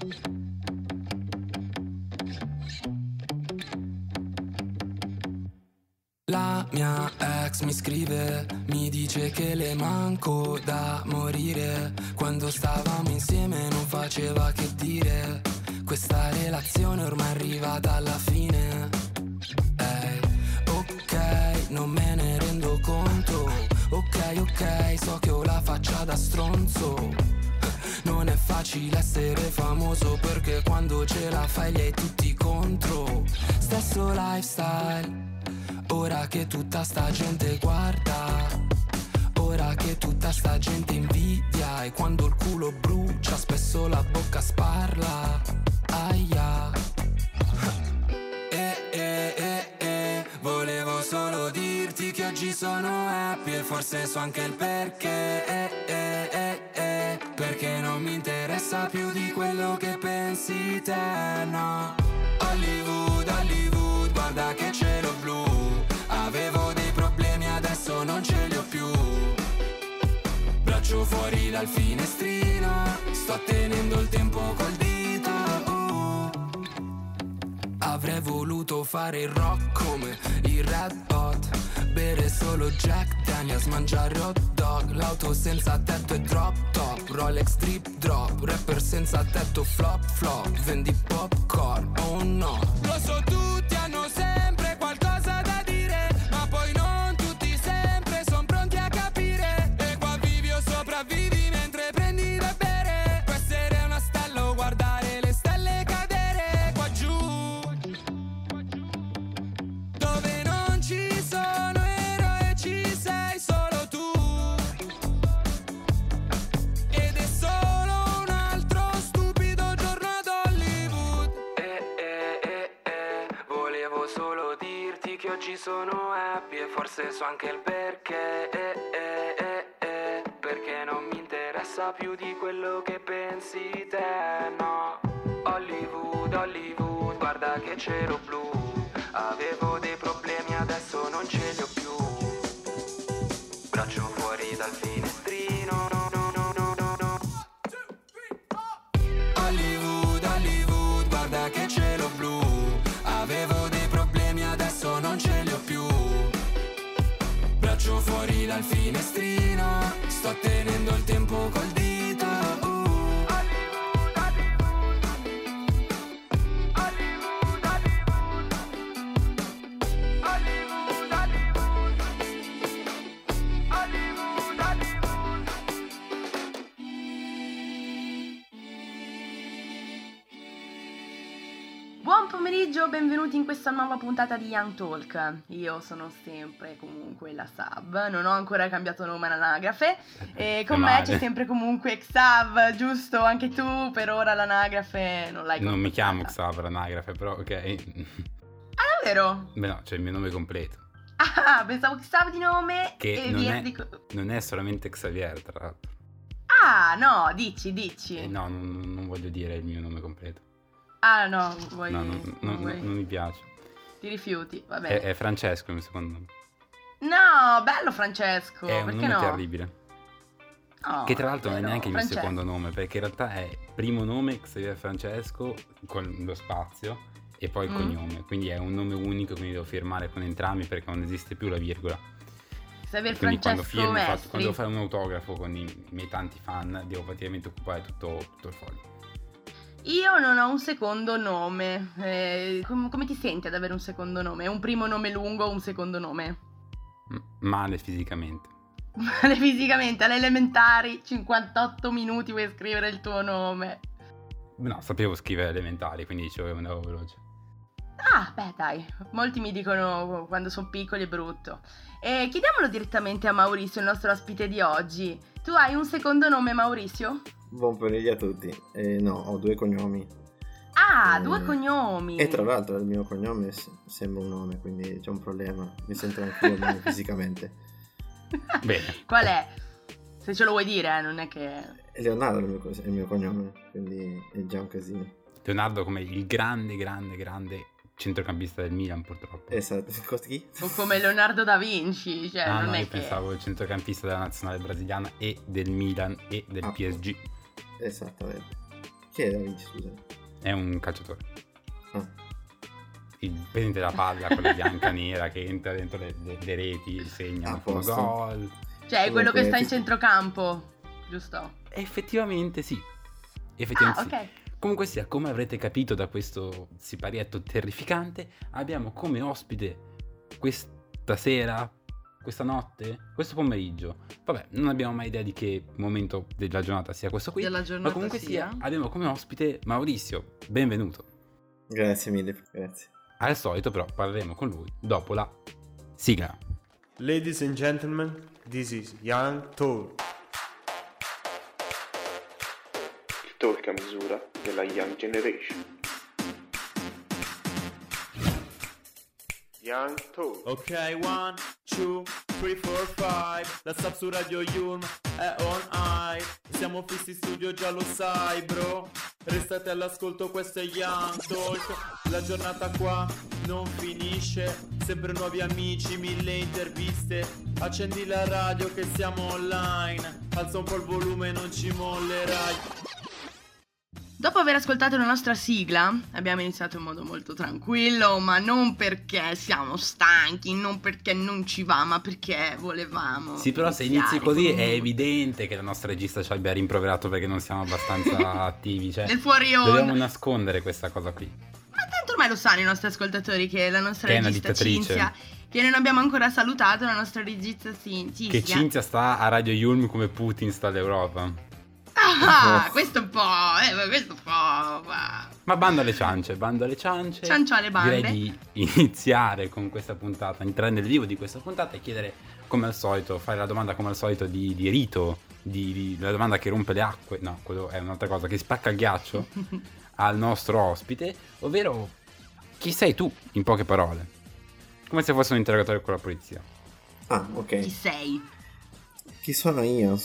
La mia ex mi scrive, mi dice che le manco da morire. Quando stavamo insieme non faceva che dire, questa relazione ormai è arrivata alla fine. Ok, non me ne rendo conto. Ok, so che ho la faccia da stronzo. Non è facile essere famoso, perché quando ce la fai li hai tutti contro. Stesso lifestyle, ora che tutta sta gente guarda, ora che tutta sta gente invidia, e quando il culo brucia spesso la bocca sparla. Aia. Volevo solo dirti che oggi sono happy, e forse so anche il perché. Perché non mi interessa più di quello che pensi te, no. Hollywood, guarda che cielo blu. Avevo dei problemi, adesso non ce li ho più. Braccio fuori dal finestrino, sto tenendo il tempo col dito. Avrei voluto fare il rock come i Red Hot, bere solo Jack Daniels, mangiare hot dog, l'auto senza tetto e drop top, Rolex drip drop, rapper senza tetto flop flop, vendi popcorn, oh no. Lo so, tutti hanno sempre qualcosa da dire, ma poi non tutti sempre son pronti a capire. E qua vivi o sopravvivi mentre prendi da bere, può essere una stella o guardare le stelle cadere qua giù, dove non ci sono eroi, ci sei solo tu. Ed è solo un altro stupido giorno ad Hollywood. Volevo solo dirti che oggi sono happy, e forse so anche il perché. Perché non mi interessa più di quello che pensi te, no. Hollywood, guarda che cielo blu. Avevo dei problemi, adesso non ce li ho più. Braccio fuori dal finestrino, no. Hollywood, guarda che cielo blu. Avevo dei problemi, adesso non ce li ho più. Braccio fuori dal finestrino, sto tenendo il tempo col dito. Buon pomeriggio, benvenuti in questa nuova puntata di Young Talk. Io sono sempre comunque la Sab, non ho ancora cambiato nome all'anagrafe e con me c'è sempre comunque Xav, giusto? Anche tu per ora l'anagrafe non l'hai Non mi chiamo Xav all'anagrafe, però ok. Ah, davvero? Beh no, c'è il mio nome completo. Ah, pensavo Xav di nome Che e non è solamente Xavier, tra l'altro. Ah, no, dici. No, non voglio dire il mio nome completo. Ah, no, vuoi... Non mi piace. Ti rifiuti, va bene. È Francesco il mio secondo nome. No, bello Francesco, È un perché nome no? terribile. Oh, Che tra l'altro non è vero, neanche il mio Francesco. secondo nome, perché in realtà è primo nome Xavier Francesco con lo spazio e poi il cognome. Quindi è un nome unico, quindi devo firmare con entrambi perché non esiste più la virgola. Xavier Quindi Francesco Mestri. quando devo fare un autografo con i miei tanti fan devo praticamente occupare tutto il foglio. Io non ho un secondo nome. Come ti senti ad avere un secondo nome? Un primo nome lungo o un secondo nome? Male fisicamente. Male fisicamente, alle elementari, 58 minuti vuoi scrivere il tuo nome. No, sapevo scrivere elementari, quindi dicevo che andavo veloce. Ah, beh dai, molti mi dicono quando sono piccoli è brutto. Chiediamolo direttamente a Maurizio, il nostro ospite di oggi. Tu hai un secondo nome, Maurizio? Buon pomeriggio a tutti. No, ho due cognomi. Ah, due cognomi. E tra l'altro il mio cognome sembra un nome, quindi c'è un problema. Mi sento anch'io bene fisicamente. Bene. Qual è? Se ce lo vuoi dire, non è che... Leonardo è il mio cognome, quindi è già un casino. Leonardo come il grande centrocampista del Milan, purtroppo. Esatto. Chi? O come Leonardo da Vinci, cioè non è io che... pensavo il centrocampista della nazionale brasiliana e del Milan e del PSG. Esattamente. Chi è Da Vinci, scusa? È un calciatore. Ah. Il presidente della palla, quella bianca nera che entra dentro le reti, segna un gol. Cioè, è quello che sta in Comunque, centrocampo, giusto? Effettivamente sì. Effettivamente sì. Ok. Comunque sia, come avrete capito da questo siparietto terrificante, abbiamo come ospite questa sera, questa notte, questo pomeriggio. Vabbè, non abbiamo mai idea di che momento della giornata sia questo qui. Della giornata Ma comunque sia. sia, abbiamo come ospite Maurizio. Benvenuto. Grazie mille, grazie. Al solito però parleremo con lui dopo la sigla. Ladies and gentlemen, this is Young Talk. Il talk a misura della Young Generation. Young Talk. Ok, 1, 2, 3, 4, 5. La Sub su Radio Yulm è on air. Siamo fissi in studio, già lo sai, bro. Restate all'ascolto, questo è Young Talk. La giornata qua non finisce. Sempre nuovi amici, 1000 interviste. Accendi la radio che siamo online. Alza un po' il volume, non ci mollerai. Dopo aver ascoltato la nostra sigla, abbiamo iniziato in modo molto tranquillo, ma non perché siamo stanchi, non perché non ci va, ma perché volevamo. Sì, però se inizi così è evidente che la nostra regista ci abbia rimproverato perché non siamo abbastanza attivi, cioè Nel fuori dobbiamo onda. nascondere questa cosa qui. Ma tanto ormai lo sanno i nostri ascoltatori che la nostra Che è una regista dittatrice. Cinzia, che non abbiamo ancora salutato, la nostra regista Cinzia. Che Cinzia sta a Radio Yulm come Putin sta all'Europa. Ah, questo un po', questo un po'. Va. Ma bando alle ciance. Ciancio alle bande. Direi di iniziare con questa puntata, entrare nel vivo di questa puntata e chiedere, come al solito, fare la domanda come al solito di rito, la domanda che rompe le acque, no, quello è un'altra cosa, che spacca il ghiaccio al nostro ospite, ovvero chi sei tu, in poche parole. Come se fosse un interrogatorio con la polizia. Ah, Chi ok. sei? Chi sono io?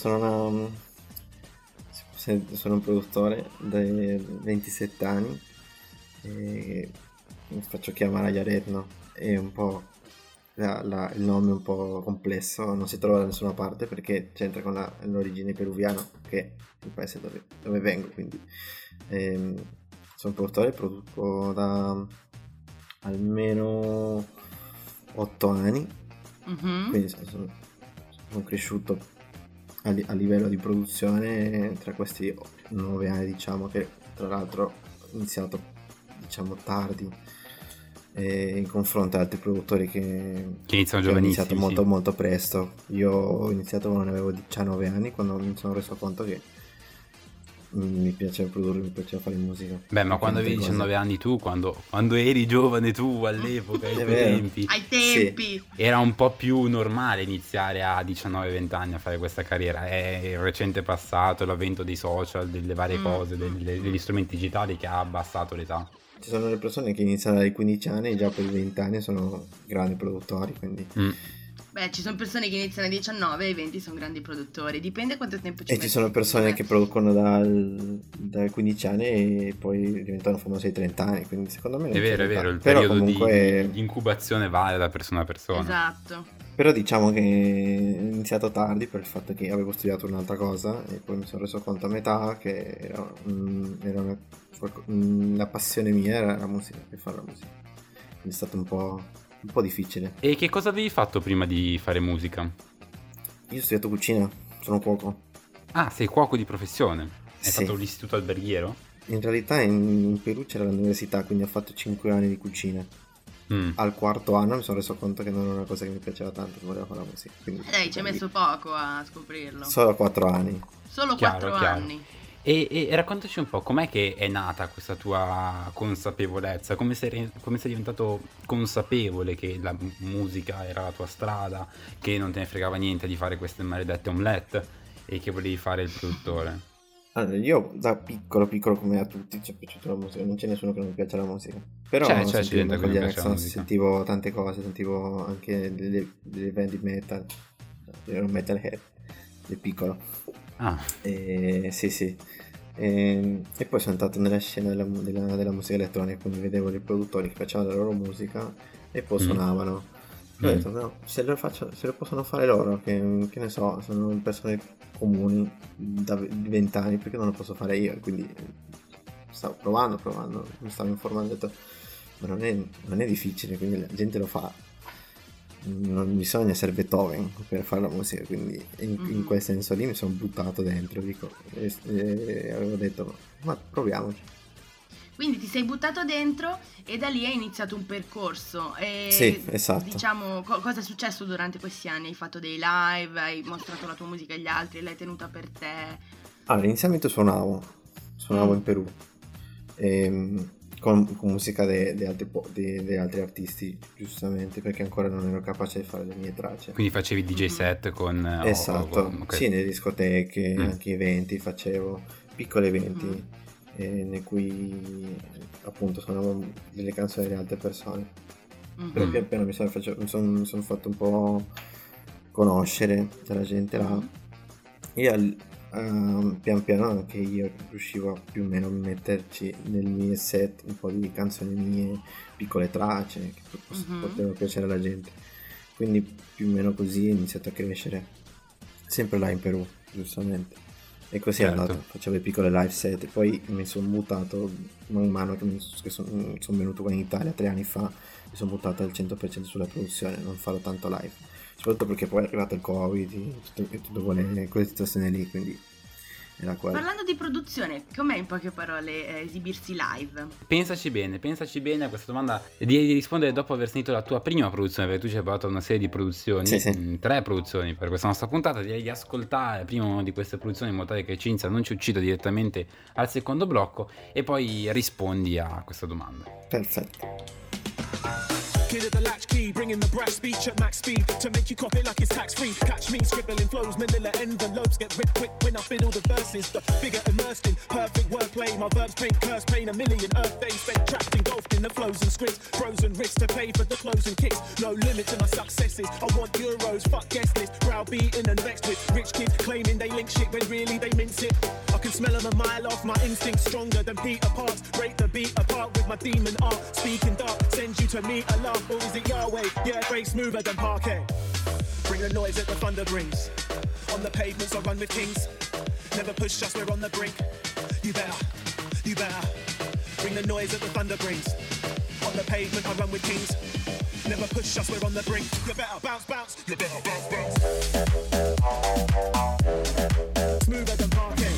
Sono un produttore dai 27 anni e mi faccio chiamare Iaretno. È un po' il nome è un po' complesso, non si trova da nessuna parte perché c'entra con l'origine peruviana, che è il paese dove vengo, quindi sono un produttore, produco da almeno 8 anni, quindi sono cresciuto a livello di produzione tra questi 9 anni, diciamo, che tra l'altro ho iniziato, diciamo, tardi in confronto ad altri produttori che iniziano hanno giovanissimi. iniziato molto sì. molto presto. Io ho iniziato quando avevo 19 anni, quando mi sono reso conto che mi piaceva produrre, mi piaceva fare musica. Beh, ma quando avevi 19 anni tu, quando eri giovane tu all'epoca, ai È tuoi vero. tempi, Ai tempi. era un po' più normale iniziare a 19-20 anni a fare questa carriera. È il recente passato, l'avvento dei social, delle varie cose, degli strumenti digitali che ha abbassato l'età. Ci sono le persone che iniziano dai 15 anni e già per 20 anni sono grandi produttori, quindi... Beh, ci sono persone che iniziano ai 19 e ai 20 sono grandi produttori, dipende quanto tempo ci E metti. ci sono persone che producono dai 15 anni e poi diventano famosi ai 30 anni, quindi secondo me... È vero, il però periodo comunque... di incubazione varia da persona a persona. Esatto. Però diciamo che ho iniziato tardi per il fatto che avevo studiato un'altra cosa e poi mi sono reso conto a metà che la passione mia era la musica, per fare la musica. Quindi è stato un po' difficile. E che cosa avevi fatto prima di fare musica? Io ho studiato cucina, sono cuoco. Ah, sei cuoco di professione? Hai Sì. fatto l'istituto alberghiero? In realtà in Perù c'era l'università, quindi ho fatto 5 anni di cucina. Al quarto anno mi sono reso conto che non era una cosa che mi piaceva tanto, volevo fare la musica. Quindi, Dai, ci hai messo poco a scoprirlo. solo 4 anni. Solo Chiaro, 4 chiaro. anni. E raccontaci un po', com'è che è nata questa tua consapevolezza? Come sei diventato consapevole che la musica era la tua strada, che non te ne fregava niente di fare queste maledette omelette e che volevi fare il produttore? Allora, io da piccolo come a tutti ci è piaciuta la musica, non c'è nessuno che non piace la musica. Però C'è sentivo gente che non Michael piace la Jackson, musica. sentivo tante cose, sentivo anche delle band di metal, ero un metalhead, del piccolo. Ah, Sì. E poi sono entrato nella scena della musica elettronica, quindi vedevo dei produttori che facevano la loro musica e poi suonavano. E ho detto, no, se lo possono fare loro, che ne so, sono persone comuni da 20 anni, perché non lo posso fare io? E quindi stavo provando, mi stavo informando, ho detto, ma non è difficile, quindi la gente lo fa, non bisogna essere Beethoven per fare la musica, quindi in quel senso lì mi sono buttato dentro, dico, e avevo detto, ma proviamoci. Quindi ti sei buttato dentro e da lì hai iniziato un percorso. Sì, esatto. Diciamo, cosa è successo durante questi anni? Hai fatto dei live, hai mostrato la tua musica agli altri, l'hai tenuta per te? Allora, inizialmente suonavo in Perù, con musica di altri artisti, giustamente, perché ancora non ero capace di fare le mie tracce. Quindi facevi DJ set con... Esatto, okay. sì, nelle discoteche, anche eventi, facevo piccoli eventi in cui appunto suonavo delle canzoni di altre persone. Però pian piano mi sono fatto un po' conoscere dalla gente là, e pian piano anche io riuscivo a più o meno a metterci nel mio set un po' di canzoni mie, piccole tracce che potevano piacere alla gente, quindi più o meno così è iniziato a crescere, sempre là in Perù, giustamente. E così è andato, facevo le piccole live set, e poi mi sono buttato man mano che sono venuto qua in Italia 3 anni fa, mi sono buttato al 100% sulla produzione, non farò tanto live, soprattutto perché poi è arrivato il Covid e tutte quelle situazioni lì, quindi era quello. Parlando di produzione, com'è in poche parole esibirsi live? Pensaci bene a questa domanda, e di rispondere dopo aver sentito la tua prima produzione, perché tu ci hai parlato di una serie di produzioni, sì. 3 produzioni per questa nostra puntata. Direi di ascoltare prima una di queste produzioni in modo tale che Cinzia non ci uccida direttamente al secondo blocco, e poi rispondi a questa domanda. Perfetto. Kid of the latchkey, bringing the brass speech at max speed to make you cop it like it's tax free. Catch me scribbling flows, manila envelopes get ripped quick when I fiddle the verses. The figure immersed in perfect wordplay, my verbs bring curse pain, a million earth days spent trapped engulfed in the flows and scripts. Frozen wrists to pay for the clothes and kicks. No limit to my successes. I want euros, fuck guest list. Browbeaten and vexed with rich kids claiming they link shit when really they mince it. I can smell them a mile off, my instincts stronger than Peter Parks. Break the beat apart with my demon art. Speaking dark, send you to meet a love. Or is it Yahweh? Yeah, break smoother than parquet. Bring the noise that the thunder brings. On the pavements I run with kings. Never push us, we're on the brink. You better bring the noise that the thunder brings. On the pavement I run with kings. Never push us, we're on the brink. You better bounce, bounce. You better bounce, bounce. Smoother than parquet.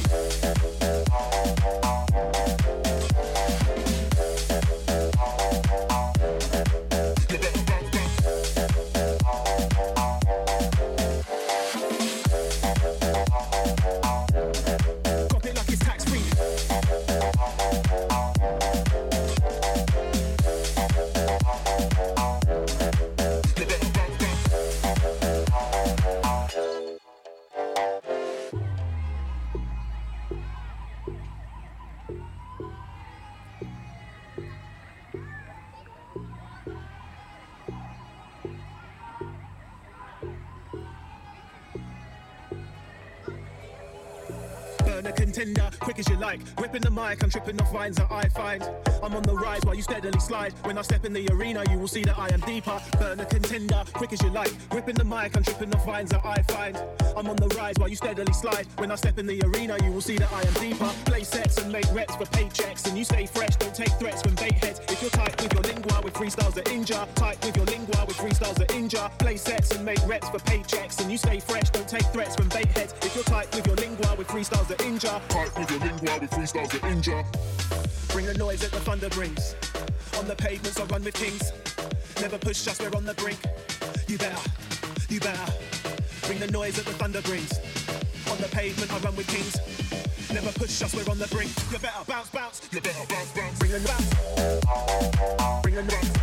Contender, quick as you like. Whipping the mic, I'm tripping off vines that I find. I'm on the rise while you steadily slide. When I step in the arena, you will see that I am deeper. Burn a contender, quick as you like. Whipping the mic, I'm tripping off vines that I find. I'm on the rise while you steadily slide. When I step in the arena, you will see that I am deeper. Play sets and make reps for paychecks, and you stay fresh, don't take threats from bait heads. If you're tight with your lingua with freestyles that injure, tight with your lingua with freestyles that injure. Play sets and make reps for paychecks, and you stay fresh, don't take threats from bait heads. If you're tight with your lingua with freestyles that injure, tight with your lingua with freestyles that injure. Bring the noise that the thunder brings. On the pavements I run with kings. Never push us, we're on the brink. You better bring the noise that the thunder brings. On the pavement I run with kings. Never push us, we're on the brink. You better bounce, bounce. You better bounce, bounce. Bring the bounce. Bring the bounce.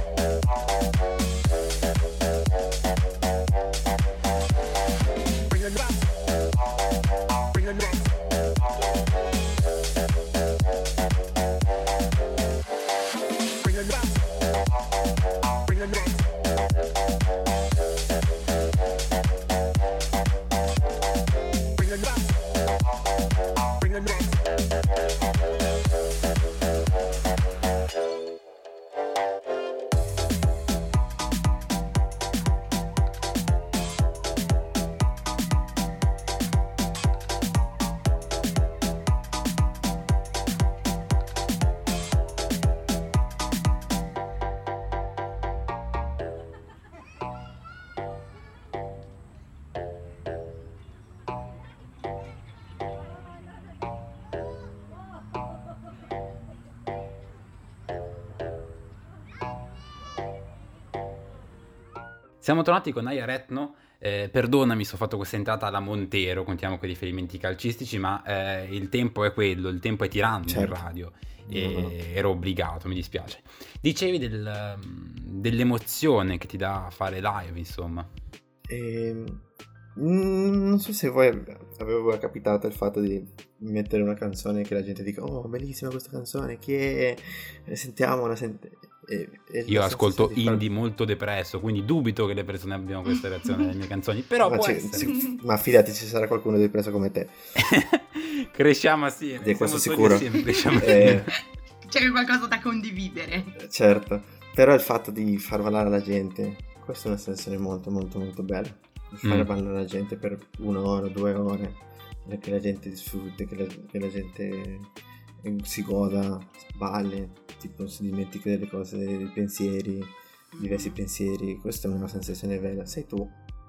Bring the bounce. Bring the bounce. Siamo tornati con Aya Retno. Perdonami se ho fatto questa entrata alla Montero, contiamo con i riferimenti calcistici, ma il tempo è quello, il tempo è tiranno in radio e ero obbligato, mi dispiace. Dicevi dell'emozione che ti dà fare live, insomma. Non so se voi avevo capitato il fatto di mettere una canzone che la gente dica oh bellissima questa canzone, chi è? Sentiamola, io ascolto indie molto depresso, quindi dubito che le persone abbiano questa reazione alle mie canzoni, però ma fidati, ci sarà qualcuno depresso come te. Cresciamo assieme, di questo sicuro. C'è qualcosa da condividere, certo, però il fatto di far ballare la gente, questa è una sensazione molto molto molto bella, fare ballare la gente per 1 ora, 2 ore, che la gente disfrutti, che la gente si goda, balli, tipo si dimentica delle cose, dei pensieri, diversi pensieri. Questa è una sensazione bella. Sei tu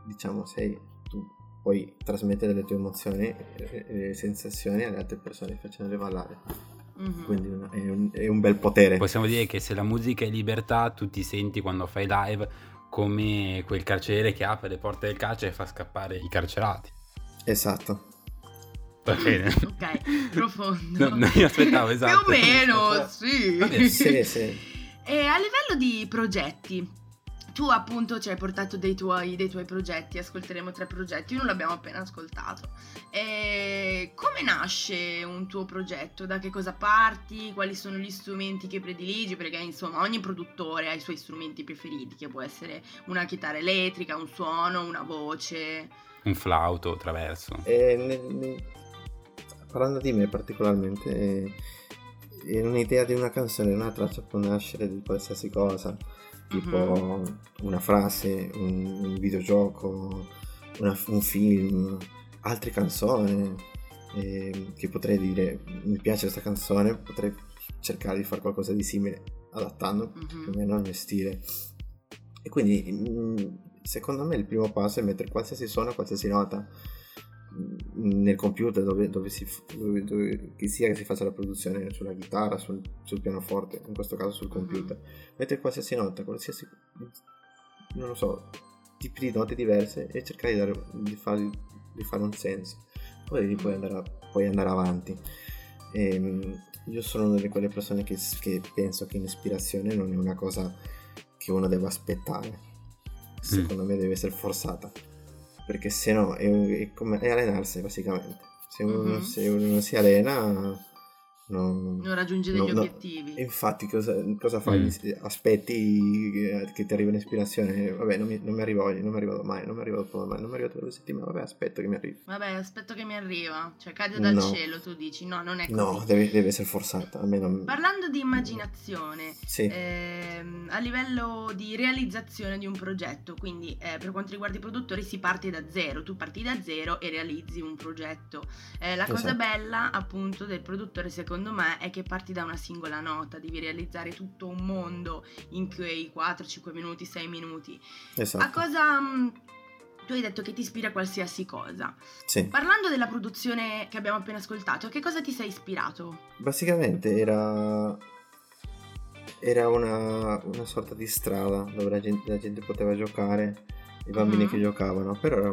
puoi trasmettere le tue emozioni e le sensazioni alle altre persone facendole ballare. Quindi è un bel potere. Possiamo dire che se la musica è libertà, tu ti senti quando fai live come quel carceriere che apre le porte del carcere e fa scappare i carcerati. Esatto. Va bene. Ok, profondo. Non mi aspettavo, esatto. Più o meno, sì. Sì. E a livello di progetti, tu appunto ci hai portato dei tuoi progetti, ascolteremo 3 progetti, uno l'abbiamo appena ascoltato. E come nasce un tuo progetto? Da che cosa parti? Quali sono gli strumenti che prediligi? Perché insomma ogni produttore ha i suoi strumenti preferiti, che può essere una chitarra elettrica, un suono, una voce, un flauto, traverso. Parlando di me particolarmente, un'idea di una canzone, una traccia può nascere di qualsiasi cosa, tipo una frase, un videogioco, un film, altre canzoni, che potrei dire mi piace questa canzone, potrei cercare di fare qualcosa di simile adattando più o meno al mio stile. E quindi secondo me il primo passo è mettere qualsiasi suono, qualsiasi nota nel computer dove che sia che si faccia la produzione, sulla chitarra, sul pianoforte, in questo caso sul computer, mettere qualsiasi nota, qualsiasi, non lo so, tipi di note diverse e cercare di fare un senso, poi puoi andare avanti. Io sono una di quelle persone che penso che l'ispirazione non è una cosa che uno deve aspettare, secondo me deve essere forzata, perché se no è allenarsi basicamente. Se uno si allena non raggiunge degli obiettivi. Infatti cosa fai? Aspetti che ti arrivi l'ispirazione. Vabbè, non mi arriva oggi, non mi arriva domani, non mi arriva dopo domani, non mi arriva tra 2 settimane. Vabbè, aspetto che mi arriva. Cioè cade dal cielo, tu dici. No, non è così. No, deve essere forzata. Parlando di immaginazione, sì. A livello di realizzazione di un progetto, quindi per quanto riguarda i produttori si parte da zero. Tu parti da zero e realizzi un progetto. La cosa bella appunto del produttore, secondo me, è che parti da una singola nota, devi realizzare tutto un mondo in quei 4, 5 minuti, 6 minuti. Esatto. A cosa tu hai detto che ti ispira qualsiasi cosa. Sì. Parlando della produzione che abbiamo appena ascoltato, a che cosa ti sei ispirato? Basicamente era una sorta di strada dove la gente poteva giocare, i bambini che giocavano, però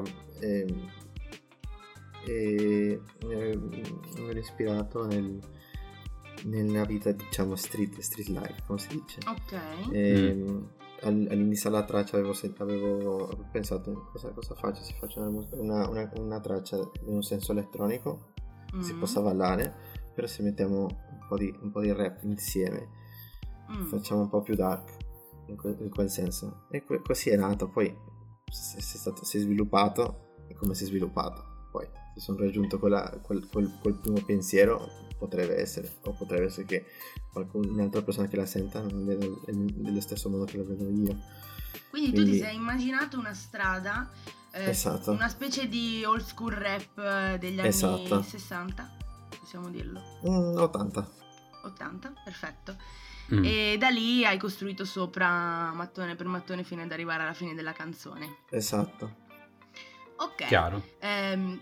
mi ero ispirato nella vita, diciamo, street life, come si dice. Ok. All'inizio della traccia avevo pensato cosa faccio, se faccio una traccia in un senso elettronico si possa ballare, però se mettiamo un po' di rap insieme facciamo un po' più dark in quel senso, e così è nato. Poi si è sviluppato, e come si è sviluppato, poi se sono raggiunto quel primo pensiero, potrebbe essere che un'altra persona che la senta non vede nello stesso modo che lo vedo io. Quindi tu ti sei immaginato una strada, esatto, una specie di old school rap degli anni 60, possiamo dirlo? 80, perfetto. E da lì hai costruito sopra mattone per mattone fino ad arrivare alla fine della canzone. Esatto. Ok. Chiaro.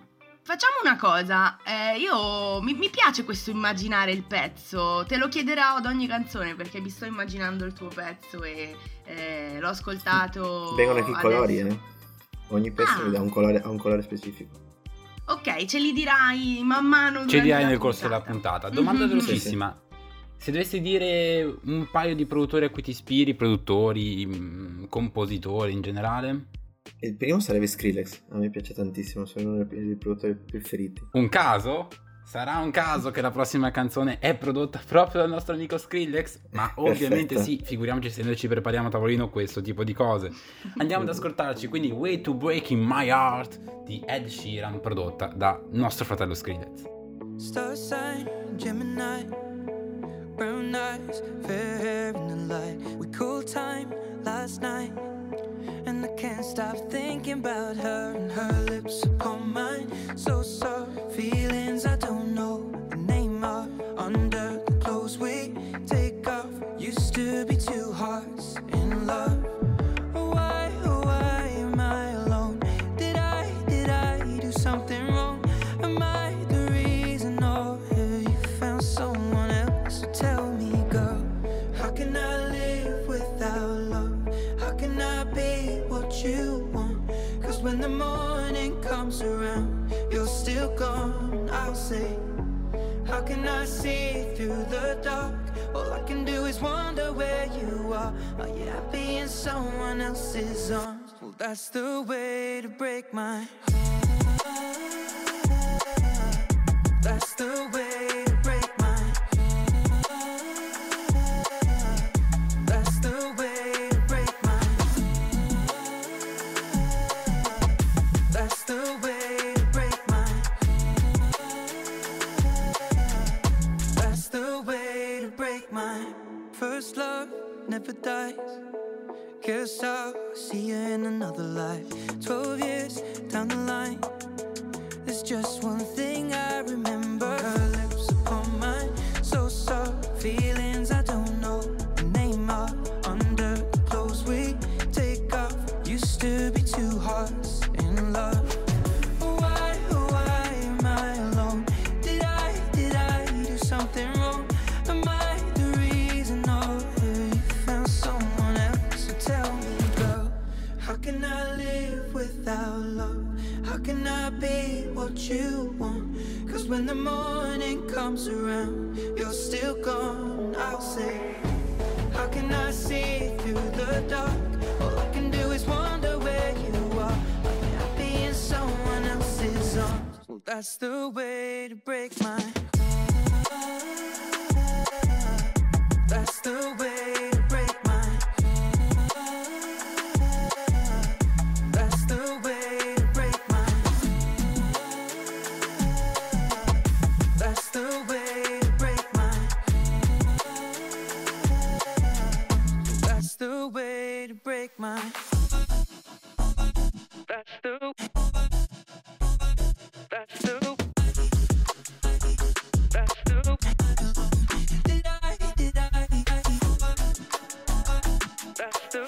Facciamo una cosa, mi piace questo immaginare il pezzo, te lo chiederò ad ogni canzone perché mi sto immaginando il tuo pezzo e l'ho ascoltato. Vengono anche i colori, adesso. Ogni pezzo ha un colore specifico. Ok, ce li dirai man mano. Ce li dirai durante nel la corso della puntata. Domanda velocissima. Se dovessi dire un paio di produttori a cui ti ispiri, produttori, compositori in generale? Il primo sarebbe Skrillex, a me piace tantissimo, sono uno dei produttori preferiti. Un caso? Sarà un caso che la prossima canzone è prodotta proprio dal nostro amico Skrillex? Ma ovviamente Perfetto. sì, figuriamoci se noi ci prepariamo a tavolino questo tipo di cose. Andiamo ad ascoltarci quindi Way to Breaking My Heart di Ed Sheeran, prodotta da nostro fratello Skrillex. Star sign, Gemini, brown eyes, fair hair in the light. We cool time last night, and I can't stop thinking about her and her lips upon mine. So soft, feelings I don't know the name of. Under the clothes we take off, used to be two hearts in love. Why, oh why am I alone? Did I do something wrong? Am I the reason, or have you found someone else? So tell me, girl, how can I live without love? How can I be what you want? Cause when the morning comes around, you're still gone, I'll say. How can I see through the dark? All I can do is wonder where you are. Are you happy in someone else's arms? Well, that's the way to break my heart. That's the way to break my heart. That's the way to break my heart. That's the way to break my heart. That's the way to break my first love never dies. Guess I'll see you in another life. 12 years down the line, there's just one thing I remember. Her lips upon mine, so soft, feelings I don't know the name of. Under the clothes we take off, used to be two hearts in love. Why, oh why am I alone? Did I do something wrong? Am I the reason, or have you found someone else? So tell me, girl, how can I live without love? How can I be what you want? Cause when the morning comes around, you're still gone, I'll say. How can I see through the dark? All I can do is wonder where you are. Are you happy in someone else's arms? Well, that's the way to break my heart. That's the way to break my heart. That's the way to break my heart. That's the way to break my heart. That's the way to break my heart. That's the That's the That's the Did I That's the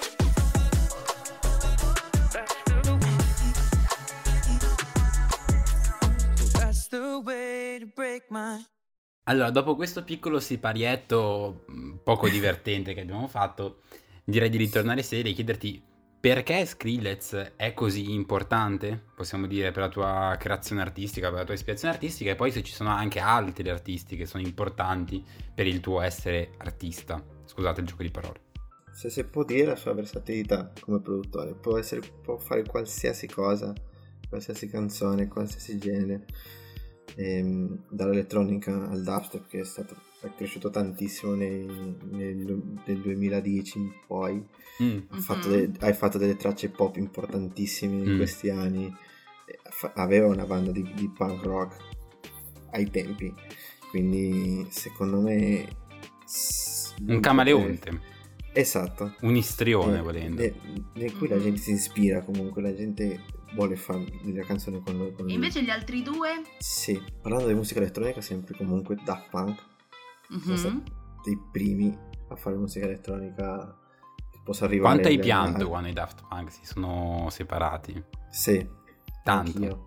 That's the way to break my. Allora, dopo questo piccolo siparietto poco divertente che abbiamo fatto, direi di ritornare serio e chiederti perché Skrillex è così importante, possiamo dire, per la tua creazione artistica, per la tua ispirazione artistica, e poi se ci sono anche altri artisti che sono importanti per il tuo essere artista. Scusate il gioco di parole. Se si può dire la sua versatilità come produttore, può fare qualsiasi cosa, qualsiasi canzone, qualsiasi genere, dall'elettronica al dubstep, che è cresciuto tantissimo nel 2010 in poi. Hai fatto delle tracce pop importantissime in questi anni, aveva una banda di punk rock ai tempi, quindi secondo me un camaleonte. Esatto, un istrione volendo, in cui la gente si ispira, comunque la gente vuole fare delle canzoni con lui. E invece gli altri due? Sì, parlando di musica elettronica, sempre comunque Daft Punk sono stati dei primi a fare musica elettronica che possa arrivare. Quanto hai pianto quando i Daft Punk si sono separati? Sì, tanto. anch'io.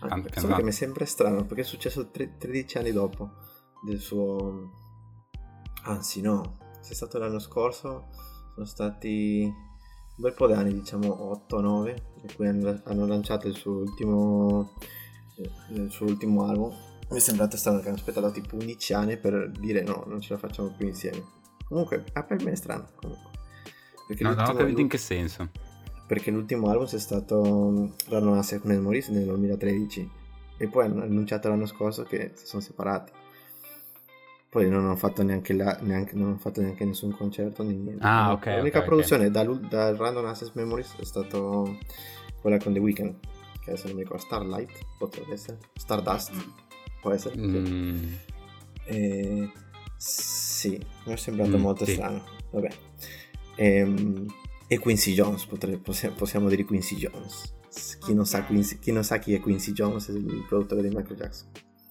Solo che mi sembra strano perché è successo 13 anni dopo del suo... Anzi no, se è stato l'anno scorso, sono stati un bel po' di anni, diciamo 8-9, in cui hanno lanciato il suo ultimo album. Mi è sembrato strano che hanno aspettato tipo 11 anni per dire no, non ce la facciamo più insieme. Comunque, per me è strano comunque. Perché non ho capito in che senso. Perché l'ultimo album è stato Random Access Memories nel 2013 e poi hanno annunciato l'anno scorso che si sono separati. Poi non hanno fatto neanche nessun concerto né niente. Ok. L'unica produzione dal Random Access Memories è stato quella con The Weeknd, che adesso non mi ricordo, Starlight potrebbe essere, Stardust può essere. Sì, mi è sembrato molto strano. Vabbè. E Quincy Jones, possiamo dire Quincy Jones. Chi non sa chi è Quincy Jones è il produttore di Michael Jackson.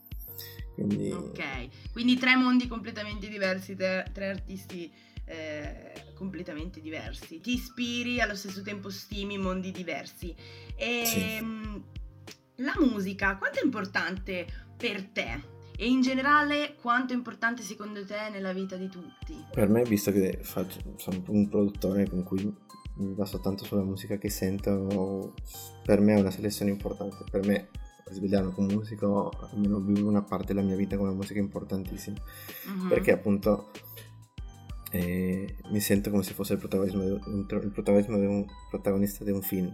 Quindi 3 mondi completamente diversi, 3 artisti completamente diversi. Ti ispiri, allo stesso tempo stimi mondi diversi. La musica, quanto è importante per te? E in generale, quanto è importante secondo te nella vita di tutti? Per me, visto che sono un produttore con cui mi baso tanto sulla musica che sento, per me è una selezione importante. Per me, svegliarmi con musica, almeno vivo una parte della mia vita con una musica importantissima. Perché appunto mi sento come se fosse il protagonista di un film.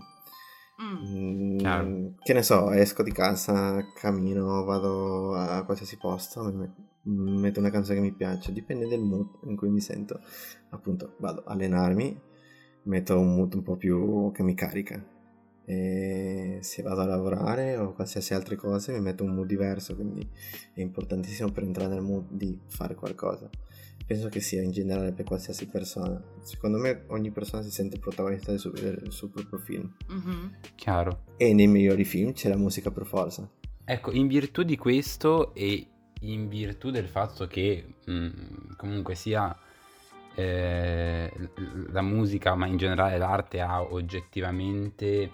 Che ne so, esco di casa, cammino, vado a qualsiasi posto, metto una canzone che mi piace, dipende del mood in cui mi sento. Appunto vado a allenarmi, metto un mood un po' più che mi carica, e se vado a lavorare o qualsiasi altre cose mi metto un mood diverso, quindi è importantissimo per entrare nel mood di fare qualcosa. Penso che sia in generale per qualsiasi persona. Secondo me ogni persona si sente protagonista del suo proprio film. Chiaro. E nei migliori film c'è la musica per forza. Ecco, in virtù di questo e in virtù del fatto che comunque sia la musica, ma in generale l'arte, ha oggettivamente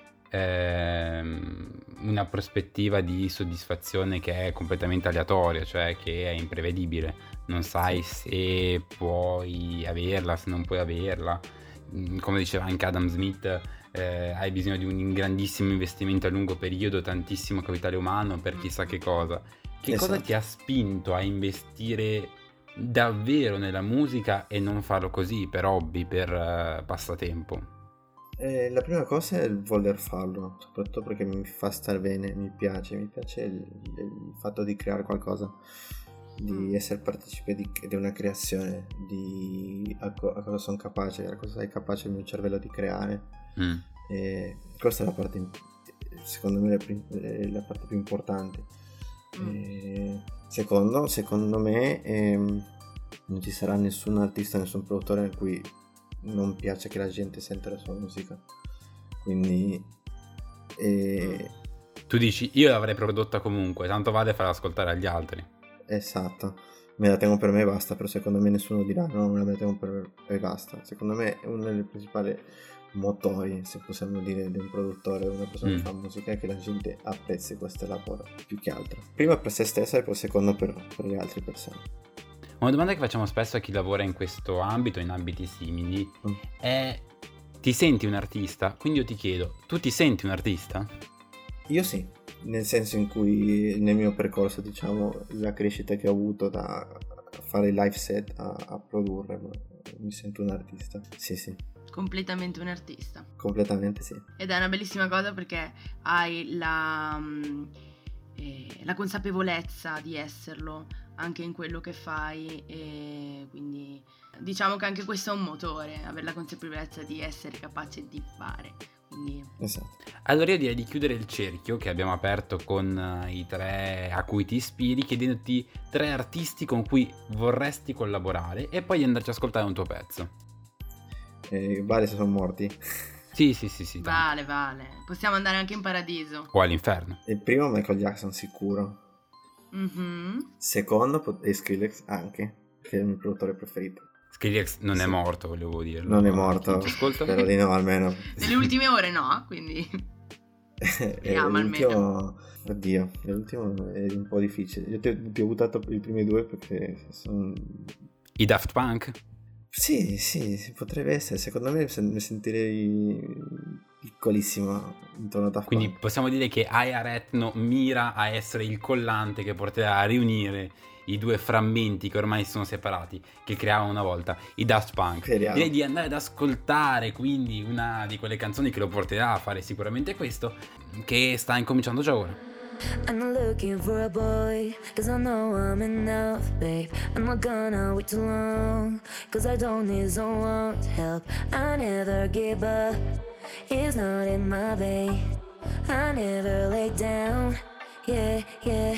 una prospettiva di soddisfazione che è completamente aleatoria, cioè che è imprevedibile. Non sai se puoi averla, se non puoi averla. Come diceva anche Adam Smith, hai bisogno di un grandissimo investimento a lungo periodo, tantissimo capitale umano per chissà che cosa. Cosa ti ha spinto a investire davvero nella musica e non farlo così per hobby, per passatempo? La prima cosa è il voler farlo, soprattutto perché mi fa stare bene, mi piace il fatto di creare qualcosa, di essere partecipe di una creazione, di a cosa sono capace, a cosa è capace il mio cervello di creare. E questa è la parte, secondo me, la parte più importante. Secondo me non ci sarà nessun artista, nessun produttore a cui non piace che la gente senta la sua musica, quindi tu dici io l'avrei prodotta comunque, tanto vale far ascoltare agli altri. Esatto, me la tengo per me e basta, però secondo me nessuno dirà no, me la tengo per me e basta. Secondo me è uno dei principali motori, se possiamo dire, di un produttore, una persona che fa musica, è che la gente apprezzi questo lavoro più che altro, prima per se stessa e poi secondo per le altre persone. Una domanda che facciamo spesso a chi lavora in questo ambito, in ambiti simili, è: ti senti un artista? Quindi io ti chiedo, tu ti senti un artista? Io sì, nel senso in cui nel mio percorso, diciamo, la crescita che ho avuto da fare il live set a produrre, mi sento un artista, sì. Completamente un artista. Completamente sì. Ed è una bellissima cosa perché hai la consapevolezza di esserlo anche in quello che fai, e quindi diciamo che anche questo è un motore, avere la consapevolezza di essere capace di fare. Quindi... Esatto. Allora io direi di chiudere il cerchio che abbiamo aperto con i 3 a cui ti ispiri, chiedendoti 3 artisti con cui vorresti collaborare e poi di andarci ad ascoltare un tuo pezzo. Vale se sono morti? Sì. Vale. Possiamo andare anche in paradiso. O all'inferno. Il primo Michael Jackson sicuro. Secondo è Skrillex anche, che è il mio produttore preferito. Skrillex non è morto, volevo dirlo. Non è morto, spero di no almeno. Nelle ultime ore no, quindi... ama il meglio. L'ultimo è un po' difficile. Io ti ho buttato i primi due perché sono... I Daft Punk? Sì, potrebbe essere. Secondo me mi sentirei piccolissimo intorno a Daft Quindi Punk. possiamo dire che Aya Retno mira a essere il collante che porterà a riunire i due frammenti che ormai sono separati, che creavano una volta i Daft Punk. Speriamo. Direi di andare ad ascoltare quindi una di quelle canzoni che lo porterà a fare sicuramente questo, che sta incominciando già ora. I'm not looking for a boy, cause I know I'm enough, babe. I'm not gonna wait too long, cause I don't need someone's help. I never give up, it's not in my vein. I never lay down, yeah, yeah.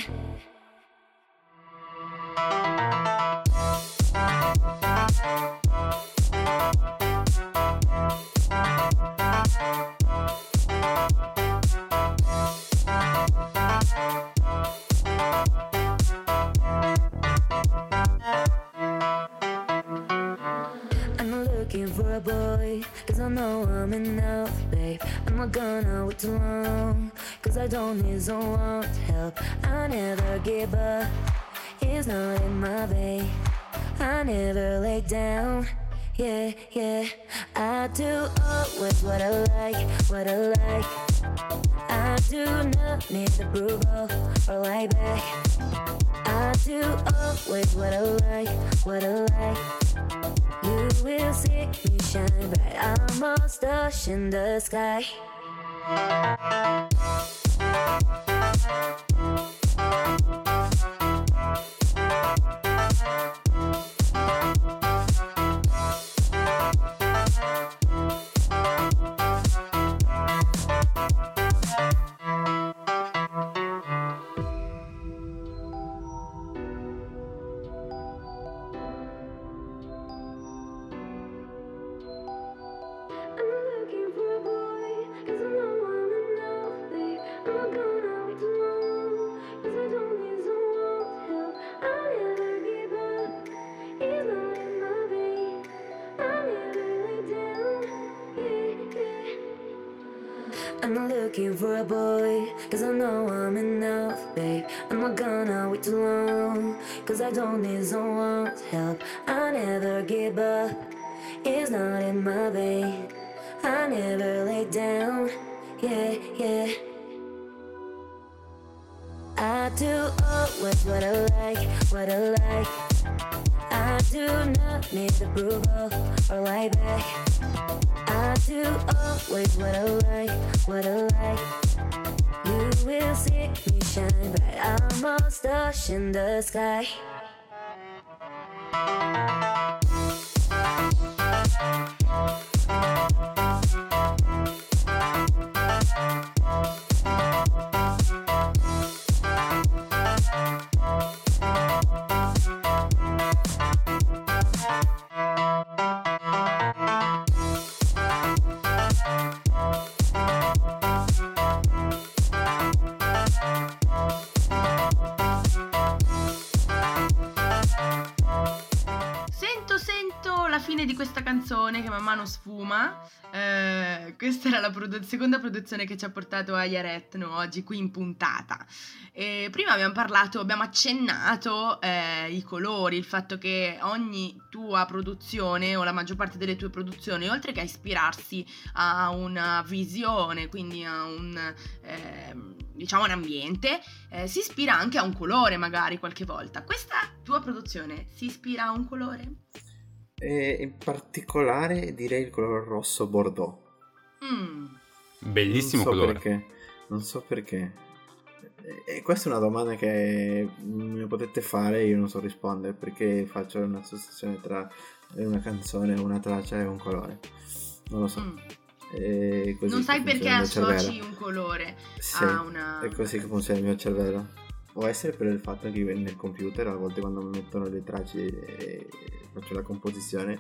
Looking for a boy, cause I know I'm enough, babe. I'm not gonna wait too long, cause I don't need someone's help. I never give up, it's not in my vein. I never lay down, yeah, yeah. I do always what I like, what I like. I do not need approval or lie back. I do always what I like, what I like. You will see me shine bright. I'm a star in the sky. I'm not looking for a boy, cause I know I'm enough, babe. I'm not gonna wait too long, cause I don't need someone's help. I never give up, it's not in my vein. I never lay down, yeah, yeah. I do always what I like, what I like. I do not need approval or lie back. I do always what I like, what I like. You will see me shine bright. I'm a star in the sky. Sento la fine di questa canzone che man mano sfuma. Questa era la seconda produzione che ci ha portato Aya Retno oggi qui in puntata. Prima abbiamo accennato i colori, il fatto che ogni tua produzione o la maggior parte delle tue produzioni, oltre che a ispirarsi a una visione, quindi a un ambiente, si ispira anche a un colore magari qualche volta. Questa tua produzione si ispira a un colore? In particolare direi il colore rosso bordeaux. Bellissimo colore. Non so perché. E questa è una domanda che mi potete fare e io non so rispondere, perché faccio un'associazione tra una canzone, una traccia e un colore. Non lo so. Così non sai perché associ cervello. Un colore a una... È così che funziona il mio cervello. Può essere per il fatto che nel computer a volte quando mi mettono le tracce e faccio la composizione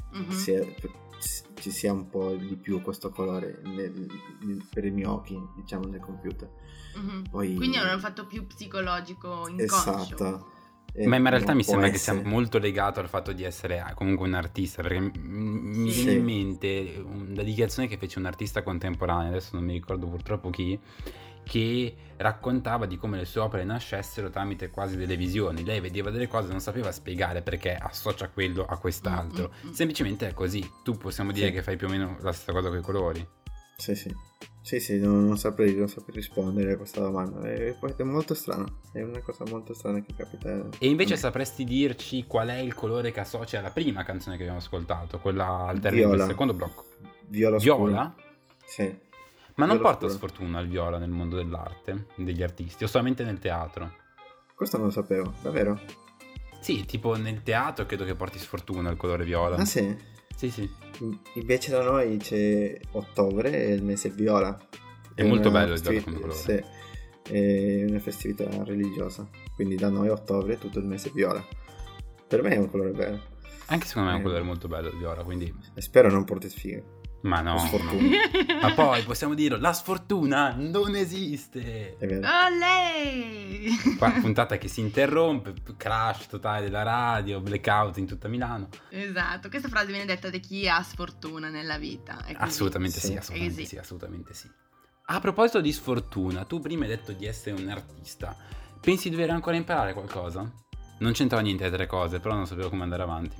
ci sia un po' di più questo colore per i miei occhi, diciamo, nel computer. Poi... Quindi è un fatto più psicologico, inconscio. Ma in realtà non mi può sembra che essere. sia molto legato al fatto di essere comunque un artista, perché mi Sì. viene in mente una dichiarazione che fece un artista contemporaneo, adesso non mi ricordo purtroppo chi, che raccontava di come le sue opere nascessero tramite quasi delle visioni. Lei vedeva delle cose, non sapeva spiegare perché associa quello a quest'altro. Semplicemente è così. Tu possiamo dire Sì. che fai più o meno la stessa cosa con i colori. Sì, non saprei rispondere a questa domanda. È molto strano, è una cosa molto strana che capita. E invece a me. sapresti dirci qual è il colore che associa alla prima canzone che abbiamo ascoltato, quella al termine del Viola. secondo blocco? Viola scuro. Viola? Sì. Ma non Viola porta scuro. sfortuna il viola nel mondo dell'arte, degli artisti, o solamente nel teatro? Questo non lo sapevo, davvero? Sì, tipo nel teatro credo che porti sfortuna il colore viola. Ah sì? Sì. Invece da noi c'è ottobre, è il mese viola. È molto una bello il viola come colore. Sì, è una festività religiosa. Quindi da noi ottobre è tutto il mese viola. Per me è un colore bello. Anche secondo me è un colore molto bello il viola, quindi... E spero non porti sfiga. Ma no. O sfortuna. Ma poi possiamo dirlo, la sfortuna non esiste. È vero. Olè! Qua puntata che si interrompe, crash totale della radio, blackout in tutta Milano. Esatto, questa frase viene detta da chi ha sfortuna nella vita. È così. Assolutamente Sì. sì, assolutamente sì. A proposito di sfortuna, tu prima hai detto di essere un artista. Pensi di dover ancora imparare qualcosa? Non c'entrava niente le tre cose, però non sapevo come andare avanti.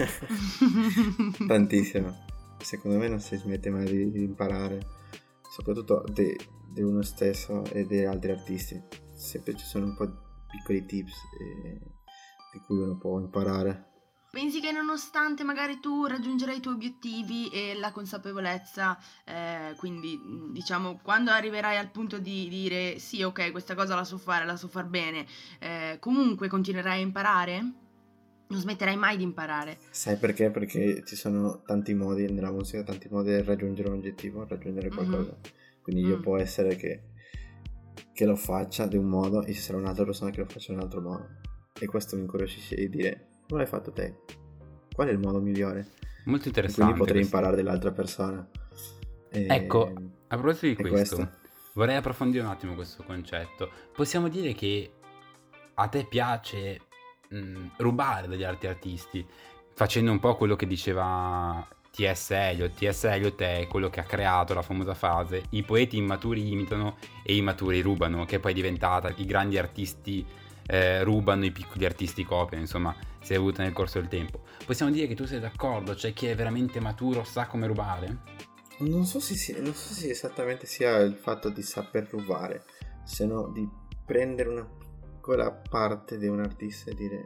Tantissimo. Secondo me non si smette mai di imparare, soprattutto di uno stesso e di altri artisti. Sempre ci sono un po' di piccoli tips di cui uno può imparare. Pensi che nonostante magari tu raggiungerai i tuoi obiettivi e la consapevolezza, quindi diciamo quando arriverai al punto di dire sì, ok, questa cosa la so far bene, comunque continuerai a imparare? Non smetterai mai di imparare. Sai perché? Perché ci sono tanti modi nella musica, tanti modi di raggiungere un obiettivo, raggiungere qualcosa. Quindi io può essere che lo faccia di un modo e ci sarà un'altra persona che lo faccia in un altro modo. E questo mi incuriosisce di dire, come l'hai fatto te? Qual è il modo migliore? Molto E interessante. quindi potrei questo. imparare dall'altra persona. Ecco, a proposito di è questo, vorrei approfondire un attimo questo concetto. Possiamo dire che a te piace rubare dagli altri artisti, facendo un po' quello che diceva T.S. Eliot. T.S. Eliot è quello che ha creato la famosa frase i poeti immaturi imitano e i maturi rubano, che poi è diventata i grandi artisti rubano, i piccoli artisti copiano, insomma si è evoluta nel corso del tempo. Possiamo dire che tu sei d'accordo, cioè chi è veramente maturo sa come rubare? Non so se esattamente sia il fatto di saper rubare, se no di prendere una piccola parte di un artista e dire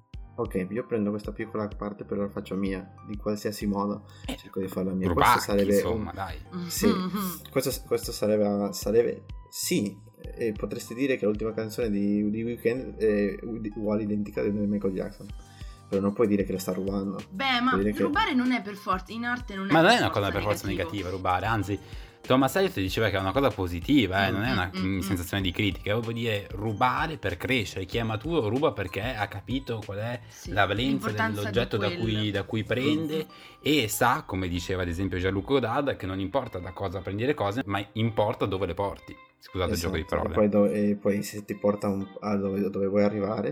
ok, io prendo questa piccola parte però la faccio mia, di qualsiasi modo cerco di farla mia. Rubacchi, Questo sarebbe insomma, dai. Sì, questo sarebbe sì, e potresti dire che l'ultima canzone di Weeknd è uguale identica di Michael Jackson, però non puoi dire che la sta rubando. Beh, ma Vuol dire che- rubare non è per forza, in arte non è Ma non per è una cosa per forza negativo. negativa rubare, anzi Thomas Eliot diceva che è una cosa positiva, non è una Mm. sensazione di critica, vuol dire rubare per crescere. Chi è maturo ruba perché ha capito qual è Sì, la valenza l'importanza dell'oggetto di quello. da cui prende e sa, come diceva ad esempio Jean-Luc Godard, che non importa da cosa prendi le cose, ma importa dove le porti. Scusate il gioco di Esatto, parole. e poi se ti porta a dove vuoi arrivare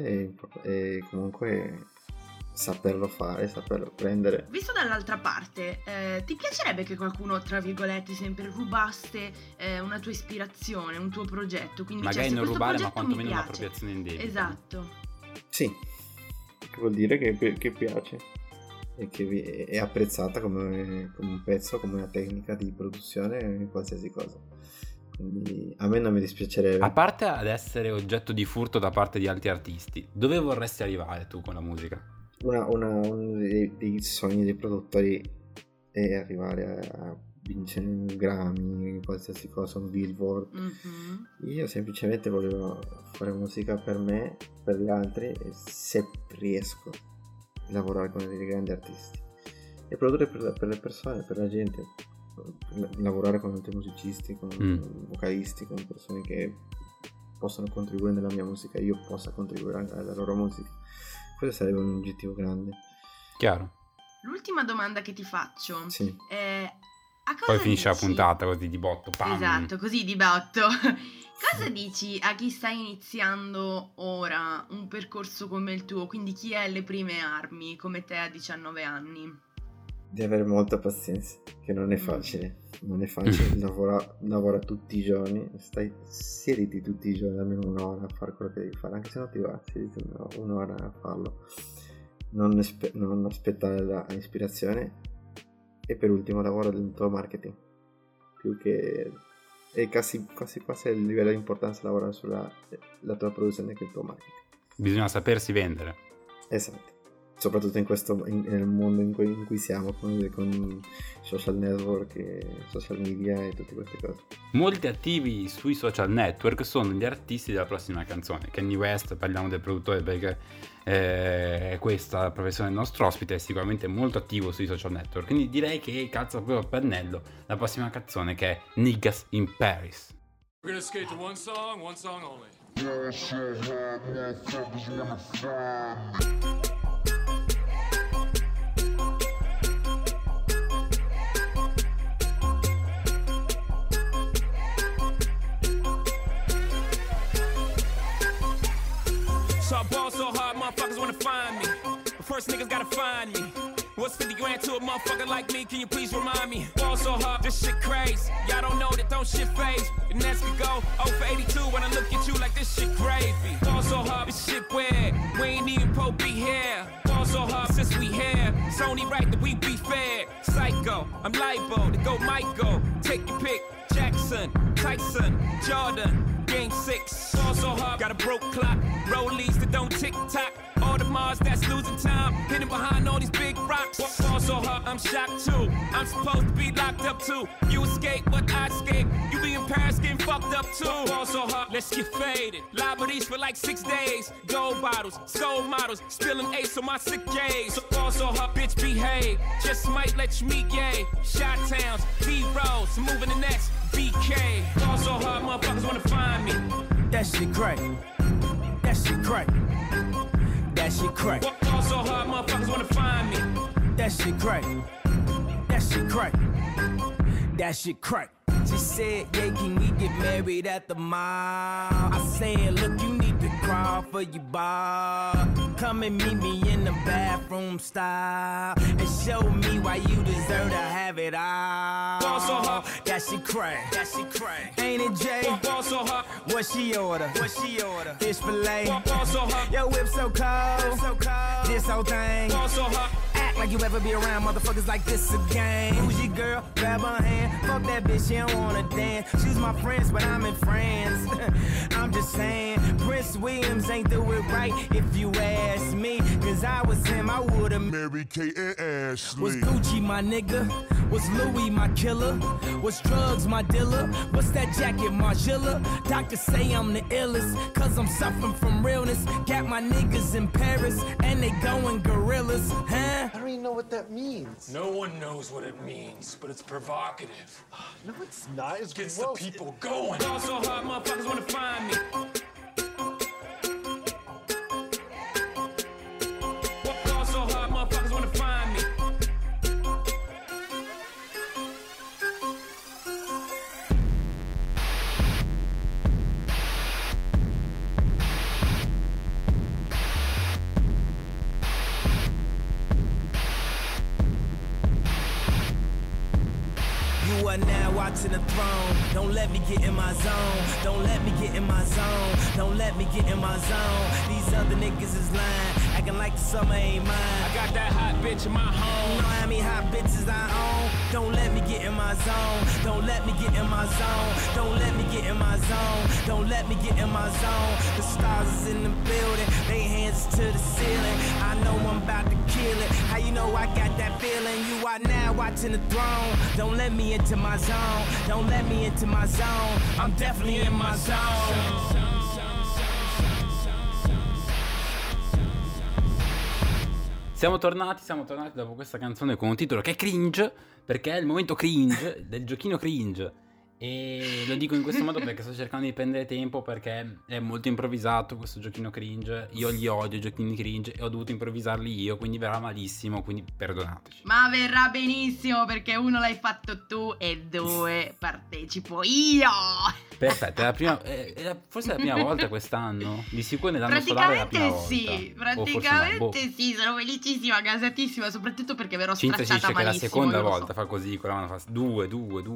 e comunque saperlo fare, saperlo prendere. Visto dall'altra parte, ti piacerebbe che qualcuno, tra virgolette, sempre rubasse una tua ispirazione, un tuo progetto? Quindi Magari se non questo rubare, ma progetto mi quantomeno piace. un'appropriazione indebita. Esatto. Sì, che vuol dire che piace e che è apprezzata come un pezzo, come una tecnica di produzione, qualsiasi cosa. Quindi a me non mi dispiacerebbe. A parte ad essere oggetto di furto da parte di altri artisti, dove vorresti arrivare tu con la musica? Uno dei sogni dei produttori è arrivare a vincere un Grammy, qualsiasi cosa, un Billboard. Io semplicemente volevo fare musica per me, per gli altri, e se riesco a lavorare con dei grandi artisti e produrre per le persone, per la gente, lavorare con altri musicisti, con vocalisti, con persone che possono contribuire nella mia musica e io possa contribuire anche alla loro musica. Questo sarebbe un oggettivo grande. Chiaro. L'ultima domanda che ti faccio Sì. è: Poi finisce dici? la puntata così di botto, pam. Esatto, così di botto. Cosa dici a chi sta iniziando ora un percorso come il tuo, quindi chi è alle prime armi, come te a 19 anni? Di avere molta pazienza, che non è facile. Non è facile, lavora tutti i giorni, siediti tutti i giorni almeno un'ora a fare quello che devi fare, anche se non ti va, siediti un'ora a farlo. Non aspettare l'ispirazione. E per ultimo lavoro del tuo marketing, più che è quasi il livello di importanza lavorare sulla la tua produzione che il tuo marketing. Bisogna sapersi vendere. Esatto, soprattutto nel mondo in cui siamo con social network e social media e tutte queste cose. Molti attivi sui social network sono gli artisti della prossima canzone. Kanye West, parliamo del produttore perché questa la professione del nostro ospite, è sicuramente molto attivo sui social network, quindi direi che calza proprio a pennello la prossima canzone, che è Niggas in Paris. We're gonna skate to one song only. So I ball so hard, motherfuckers wanna find me. But first niggas gotta find me. What's 50 grand to a motherfucker like me? Can you please remind me? Ball so hard, this shit crazy. Y'all don't know that don't shit phase. And that's we go 0 for 82 when I look at you like this shit gravy. Ball so hard, this shit weird. We ain't even po be here. Ball so hard since we here. It's only right that we be fair. Psycho, I'm liable to go Michael. Take your pick. Jackson, Tyson, Jordan. Game 6, ball so hard, got a broke clock. Rollies that don't tick-tock. All the Mars that's losing time. Hidden behind all these big rocks. Ball so hard, I'm shocked too. I'm supposed to be locked up too. You escape, but I escape. You be in Paris getting fucked up too. Ball so hard, let's get faded. Liberties for like 6 days. Gold bottles, soul models. Spilling ace on my sick days. So ball so hard, bitch behave. Just might let you meet gay. Shot towns, B-rolls, moving the next BK. Ball so hard, motherfuckers wanna find me. That shit crack. That shit crack. That shit crack. Ball so hard, motherfuckers wanna find me. That shit crack. That shit crack. That shit crack. She said, yeah, can we get married at the mall? I said, look, you need to crawl for your bar. Come and meet me in the bathroom style and show me why you deserve to have it all. Ball so hard, that shit crack. That shit crack. Ain't it, Jay? Ball so hard, what she order? What she order? Fish fillet. Ball so hard, your whip so cold. So cold. This whole thing. Ball so hard. Act like you ever be around motherfuckers like this again. Who's your girl? Grab her hand. Fuck that bitch, she don't wanna dance. She's my friends, but I'm in France. I'm just saying, Prince Williams ain't do it right if you ask me. Cause I was him, I would've married Kate and Ashley. Was Gucci my nigga? Was Louis my killer? Was drugs my dealer? What's that jacket, Margilla? Doctors say I'm the illest, cause I'm suffering from realness. Got my niggas in Paris, and they going gorillas, huh? I don't even know what that means. No one knows what it means, but it's provocative. No, it's not. It's Gets gross. the people going. Ball so hard, motherfuckers wanna find me. Ball so hard, motherfuckers wanna find me. You are now watching the throne. Don't let me get in my zone. Don't let me get in my zone. Don't let me get in my zone. These other niggas is lying, acting like the summer ain't mine. I got that hot bitch in my home. You know how many hot bitches I own? Don't let me get in my zone. Don't let me get in my zone. Don't let me get in my zone. Don't let me get in my zone. The stars is in the building. They hands to the ceiling. I know I'm about to kill it. How you know I got that feeling? You are now watching the throne. Don't let me into my zone. Don't let me into my zone. I'm definitely in my zone. Siamo tornati dopo questa canzone con un titolo che è cringe, perché è il momento cringe del giochino cringe. E lo dico in questo modo perché sto cercando di prendere tempo, perché è molto improvvisato questo giochino cringe. Io li odio i giochini cringe e ho dovuto improvvisarli io, quindi verrà malissimo, quindi perdonateci. Ma verrà benissimo, perché 1 l'hai fatto tu e 2 partecipo io. Perfetto, forse è la prima volta quest'anno. Di sicuro nell'anno solare è la prima volta. Sì, O forse no, praticamente sì, sono felicissima, gasatissima, soprattutto perché verrò Cinzia ci stracciata dice che la malissimo. seconda io lo volta so. fa così, con la mano fa 2.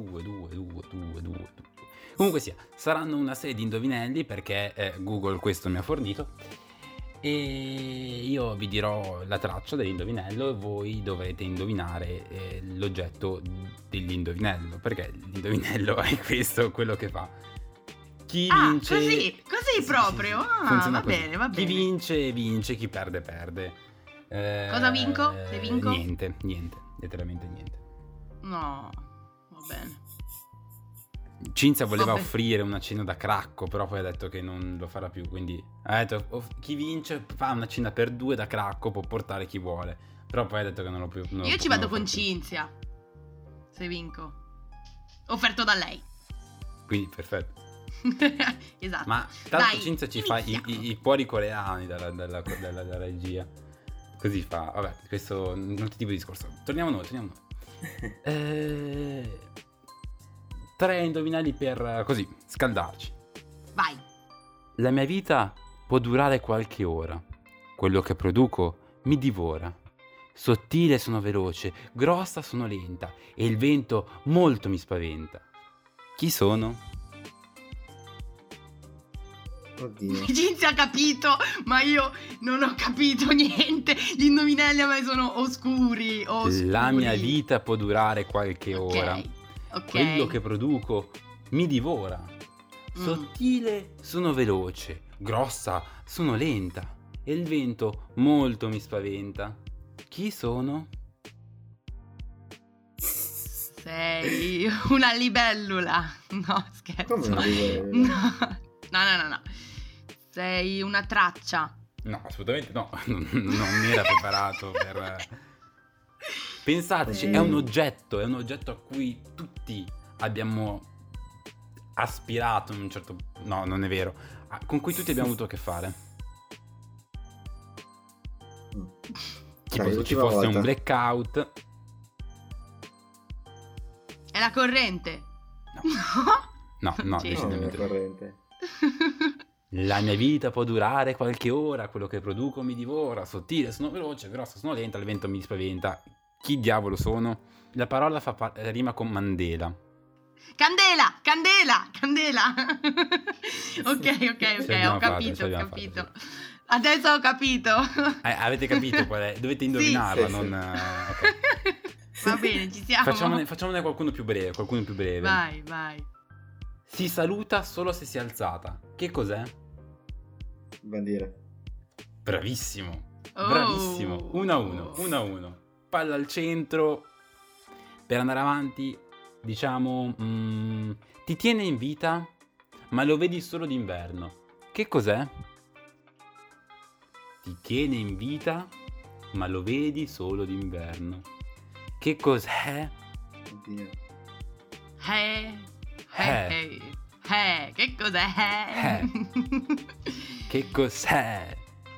Comunque sia, saranno una serie di indovinelli perché Google questo mi ha fornito. E io vi dirò la traccia dell'indovinello e voi dovrete indovinare l'oggetto dell'indovinello, perché l'indovinello è questo, quello che fa. Chi vince... così proprio? Sì. Ah, Funziona va così. bene, va Chi bene. vince, vince, chi perde, perde. Cosa vinco? Se vinco? Niente, letteralmente niente. No, va bene. Cinzia voleva Vabbè. offrire una cena da cracco, però poi ha detto che non lo farà più, quindi ha detto chi vince fa una cena per 2 da cracco, può portare chi vuole, però poi ha detto che non lo più. Io ci vado con Cinzia, se vinco. Offerto da lei. Quindi perfetto. Esatto. Ma tanto Dai, Cinzia ci fa i cuori coreani dalla regia. Così fa, vabbè, questo è un altro tipo di discorso. Torniamo noi. 3 indovinelli per così scaldarci. Vai. La mia vita può durare qualche ora. Quello che produco mi divora. Sottile sono veloce, grossa sono lenta e il vento molto mi spaventa. Chi sono? Oddio. Cinzia ha capito, ma io non ho capito niente. Gli indovinelli a me sono oscuri. La mia vita può durare qualche ora. Ok. Quello che produco mi divora. Sottile sono veloce, grossa sono lenta e il vento molto mi spaventa. Chi sono? Sei una libellula. No, scherzo. Come una libellula? No. Sei una traccia. No, assolutamente no. Non era preparato per... Pensateci, è un oggetto a cui tutti abbiamo aspirato in un certo... No, non è vero. Con cui tutti abbiamo avuto a che fare. Tipo se ci fosse un blackout. È la corrente. No, Sì. decisamente. No, è corrente. La mia vita può durare qualche ora, quello che produco mi divora, sottile sono veloce, grossa sono lenta, il vento mi spaventa. Chi diavolo sono? La parola rima con Mandela. Candela. Ok, ho capito. Fatta. Adesso ho capito. Avete capito qual è? Dovete indovinarla, Sì. non... ok. Va bene, ci siamo. Facciamone qualcuno più breve. Vai. Si saluta solo se si è alzata. Che cos'è? Bandiera. Bravissimo. Oh. Bravissimo. 1-1. Palla al centro. Per andare avanti, diciamo... ti tiene in vita, ma lo vedi solo d'inverno. Che cos'è? Ti tiene in vita, ma lo vedi solo d'inverno. Che cos'è? Oddio. Che cos'è? Che cos'è?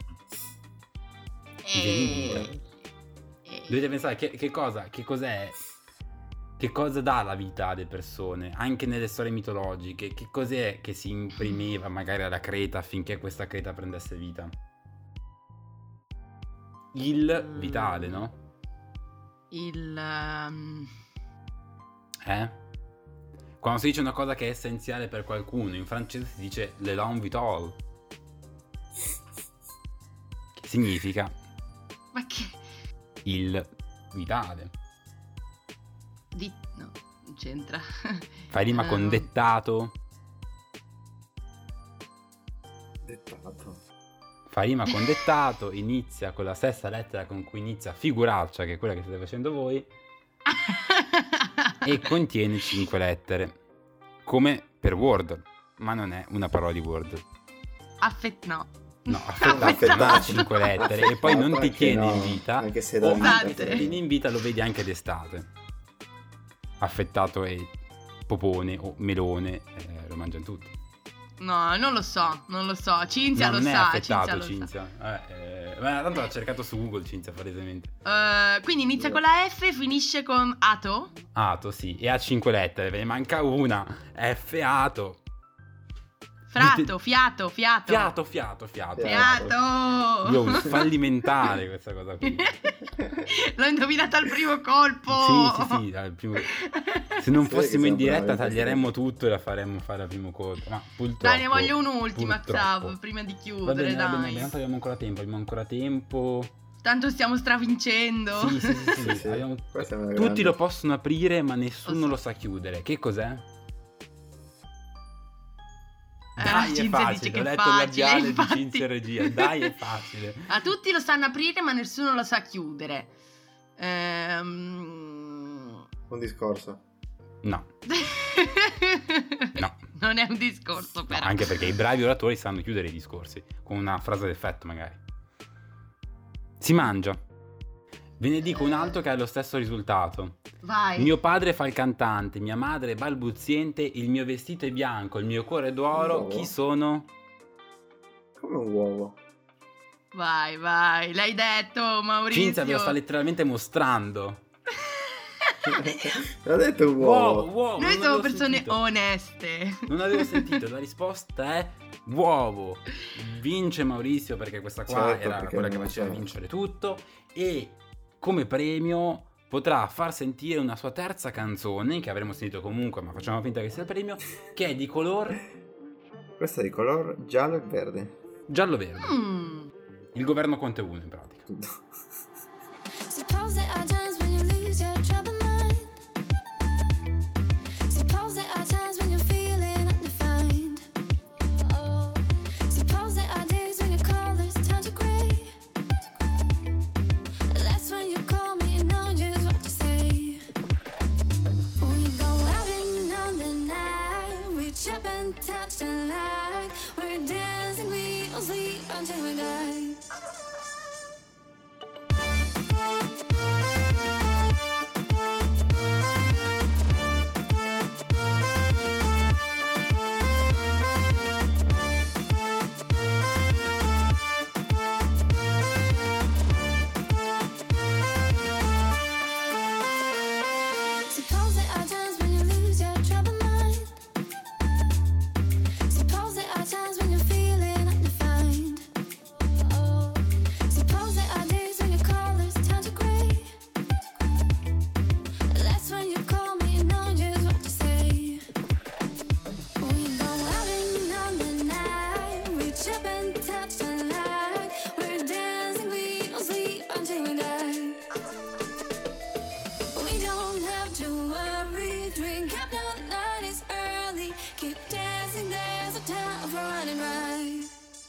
Dovete pensare che cos'è? Che cosa dà la vita alle persone, anche nelle storie mitologiche? Che cos'è che si imprimeva magari alla creta affinché questa creta prendesse vita? Il vitale, no? Quando si dice una cosa che è essenziale per qualcuno, in francese si dice l'élan vital. Che significa? Ma che? Il vitale. No, non c'entra. Fai rima con dettato. Dettato. Fa rima con dettato, inizia con la stessa lettera con cui inizia figuraccia, che è quella che state facendo voi, e contiene 5 lettere, come per Word, ma non è una parola di Word. No, affettato non ha 5 lettere, e poi non ti tiene in vita, anche se o da anche se ti tiene in vita lo vedi anche d'estate. Affettato è popone o melone lo mangiano tutti. No, non lo so. Cinzia no, lo non sa. è affettato Cinzia. Ma tanto l'ha cercato su Google Cinzia, palesemente. Quindi inizia con la F, finisce con ato? Ato, sì, e ha 5 lettere, ve ne manca una. F, ato. Fiato. Fiato. Io ho un fallimentare questa cosa qui. L'ho indovinata al primo colpo. Sì, al primo... Se non fossimo in diretta taglieremmo tutto e la faremmo fare al primo colpo. Ma purtroppo. Dai, ne voglio un'ultima, Xav, prima di chiudere, va bene, dai. tanto abbiamo ancora tempo. Tanto stiamo stravincendo. Sì. Tutti lo possono aprire, ma nessuno lo sa chiudere. Che cos'è? Dai, è facile, ho letto il labiale di Cinzia Regia. Dai, è facile. A tutti lo sanno aprire, ma nessuno lo sa chiudere. Un discorso. No. Non è un discorso, però. No, anche perché i bravi oratori sanno chiudere i discorsi con una frase d'effetto, magari. Si mangia. Ve ne dico un altro che ha lo stesso risultato. Vai. Mio padre fa il cantante, mia madre è balbuziente, il mio vestito è bianco, il mio cuore è d'oro. Chi sono? Come un uovo. Vai, l'hai detto, Maurizio. Cinzia ve lo sta letteralmente mostrando. L'ha detto un uovo. Noi siamo persone oneste. Non avevo sentito, la risposta è uovo. Vince Maurizio perché questa qua era quella che faceva vincere tutto. E come premio potrà far sentire una sua terza canzone, che avremo sentito comunque, ma facciamo finta che sia il premio, che è di color... Questa è di color giallo e verde. Giallo-verde. Il governo Conte 1 in pratica. Until we die. Suppose there are times when you lose your troubled mind. Suppose there are times when you're feeling undefined. Suppose there are days when your colors turn to gray. That's when you call me and know just what to say. We go out on the night, reach up and touch the light. We're dancing, we don't sleep until we die. We don't have to worry, drink up now, the night is early. Keep dancing, there's a time for running right.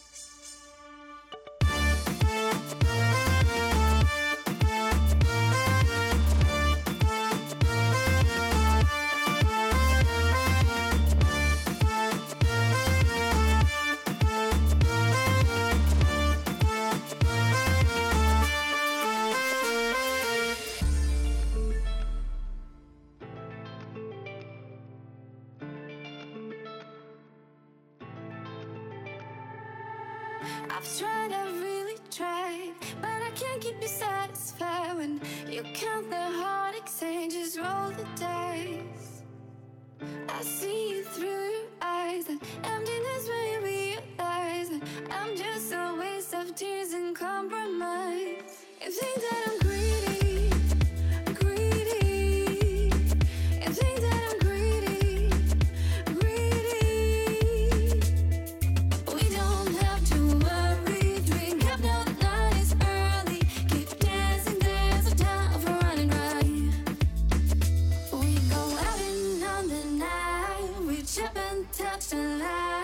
I've tried, I've really tried, but I can't keep you satisfied when you count the heartaches and just roll the dice. I see you through your eyes, that emptiness when you realize that I'm just a waste of tears and compromise. You think that I'm greedy, greedy. You think that I'm greedy, greedy. We don't have to worry, drink up now, the night is early. Keep dancing, there's a time for running right. We go out and on the night, reach up and touch the light.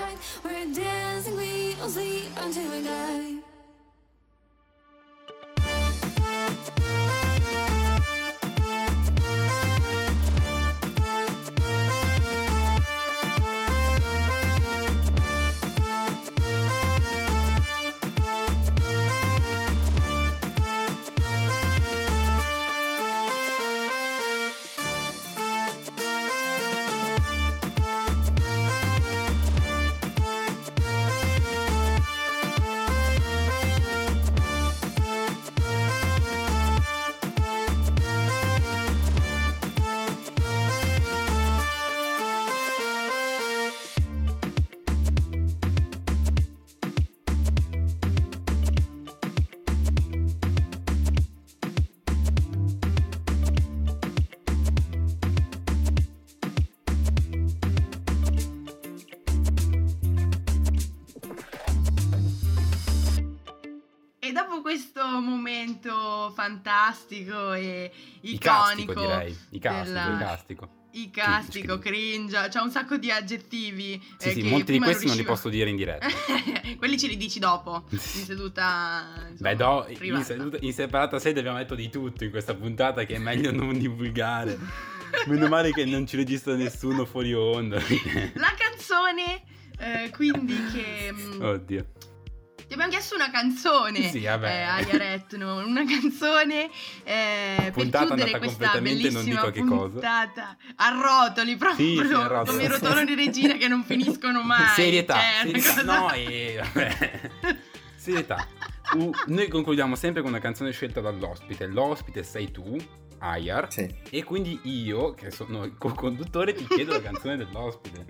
dopo questo momento fantastico e Icastico, iconico, direi. Icastico. Icastico, cringe, c'ha un sacco di aggettivi. Sì, che molti di prima questi non li riusciva- posso dire in diretta. Quelli ce li dici dopo, in seduta. Beh, insomma, in privata. separata sede abbiamo detto di tutto in questa puntata, che è meglio non divulgare. Meno male che non ci registra nessuno fuori onda. La canzone, quindi che. Oddio. Ti abbiamo chiesto una canzone, Sì, vabbè. a Iaretno, una canzone per Puntata chiudere andata questa completamente non bellissima dico che cosa. puntata a rotoli proprio, Sì, a rotoli. come i rotoloni di Regina che non finiscono mai. Serietà, cioè, una serietà. cosa- No, vabbè. Serietà. Noi concludiamo sempre con una canzone scelta dall'ospite. L'ospite sei tu, Ayar. Sì. E quindi io, che sono il co-conduttore, ti chiedo la canzone dell'ospite.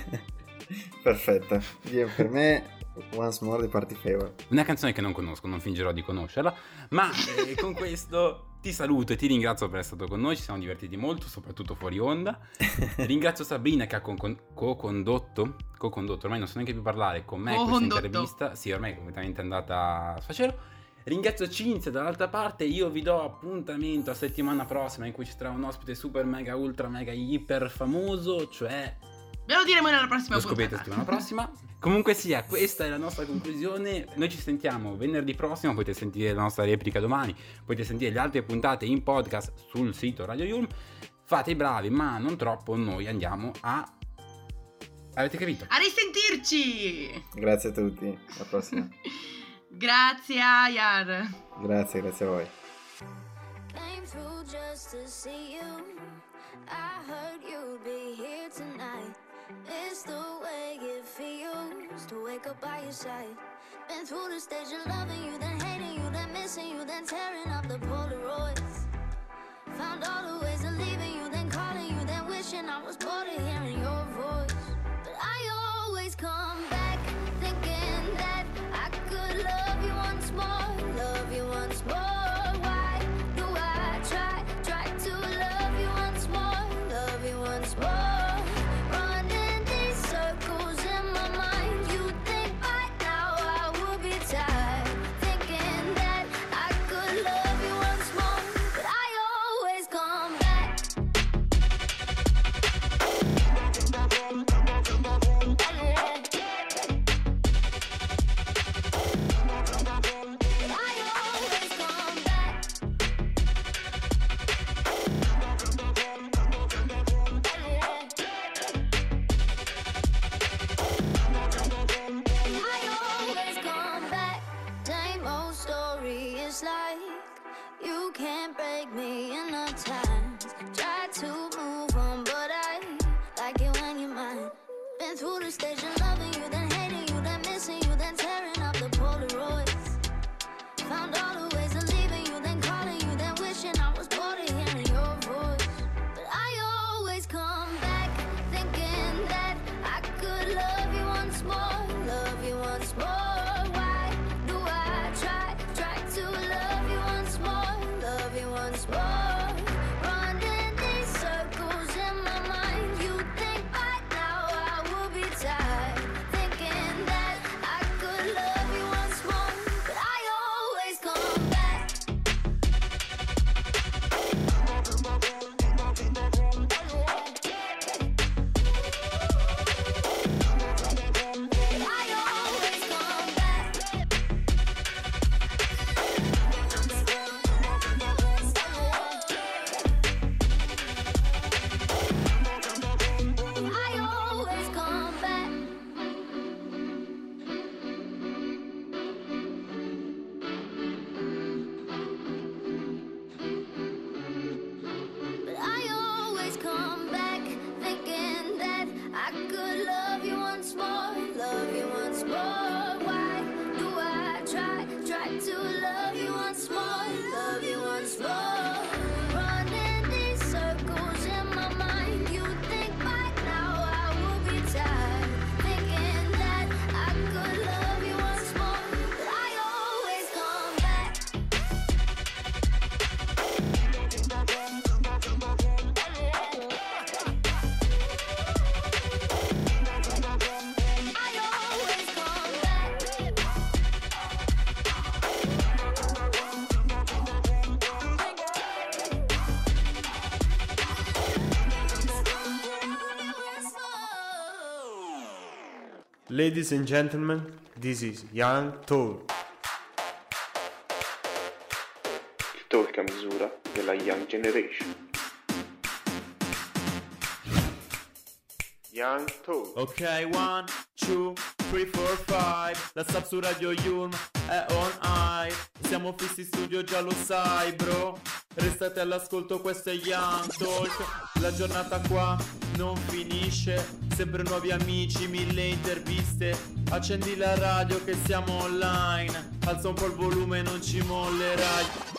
Perfetto. Per me, Once More di Party Favor. Una canzone che non conosco, non fingerò di conoscerla, ma con questo ti saluto e ti ringrazio per essere stato con noi, ci siamo divertiti molto, soprattutto fuori onda. Ringrazio Sabrina che ha co-condotto, ormai non so neanche più parlare, con me questa Co-condotto. intervista. Sì, ormai è completamente andata a sfacelo. Ringrazio Cinzia dall'altra parte, io vi do appuntamento a settimana prossima in cui ci sarà un ospite super mega ultra mega iper famoso, cioè... Ve lo diremo nella prossima Lo scoprite puntata. settimana prossima. Comunque sia, questa è la nostra conclusione. Noi ci sentiamo venerdì prossimo. Potete sentire la nostra replica domani. Potete sentire le altre puntate in podcast sul sito Radio Yulm. Fate i bravi, ma non troppo. Noi andiamo a... Avete capito? A risentirci! Grazie a tutti. Alla prossima. Grazie Ayar. Grazie a voi. Came through just to see you. I heard you'd be here tonight. It's the way it feels to wake up by your side. Been through the stage of loving you, then hating you, then missing you, then tearing up the Polaroids. Found all the ways of leaving you, then calling you, then wishing I was bored of hearing your voice. But I always come back thinking that I could love you once more, love you once more. Why do I try to love you once more, love you once more? Running these circles in my mind, you think by now I would be tired, thinking that I could love you once more, Ladies and gentlemen, this is Young Talk. Il talk a misura della Young Generation. Young Talk. Ok, 1, 2, 3, 4, 5. La sub su Radio Yulm è on high. Siamo fissi in studio, già lo sai, bro. Restate all'ascolto, questo è Young Talk. La giornata qua non finisce. Sempre nuovi amici, 1000 interviste. Accendi la radio che siamo online. Alza un po' il volume, non ci mollerai.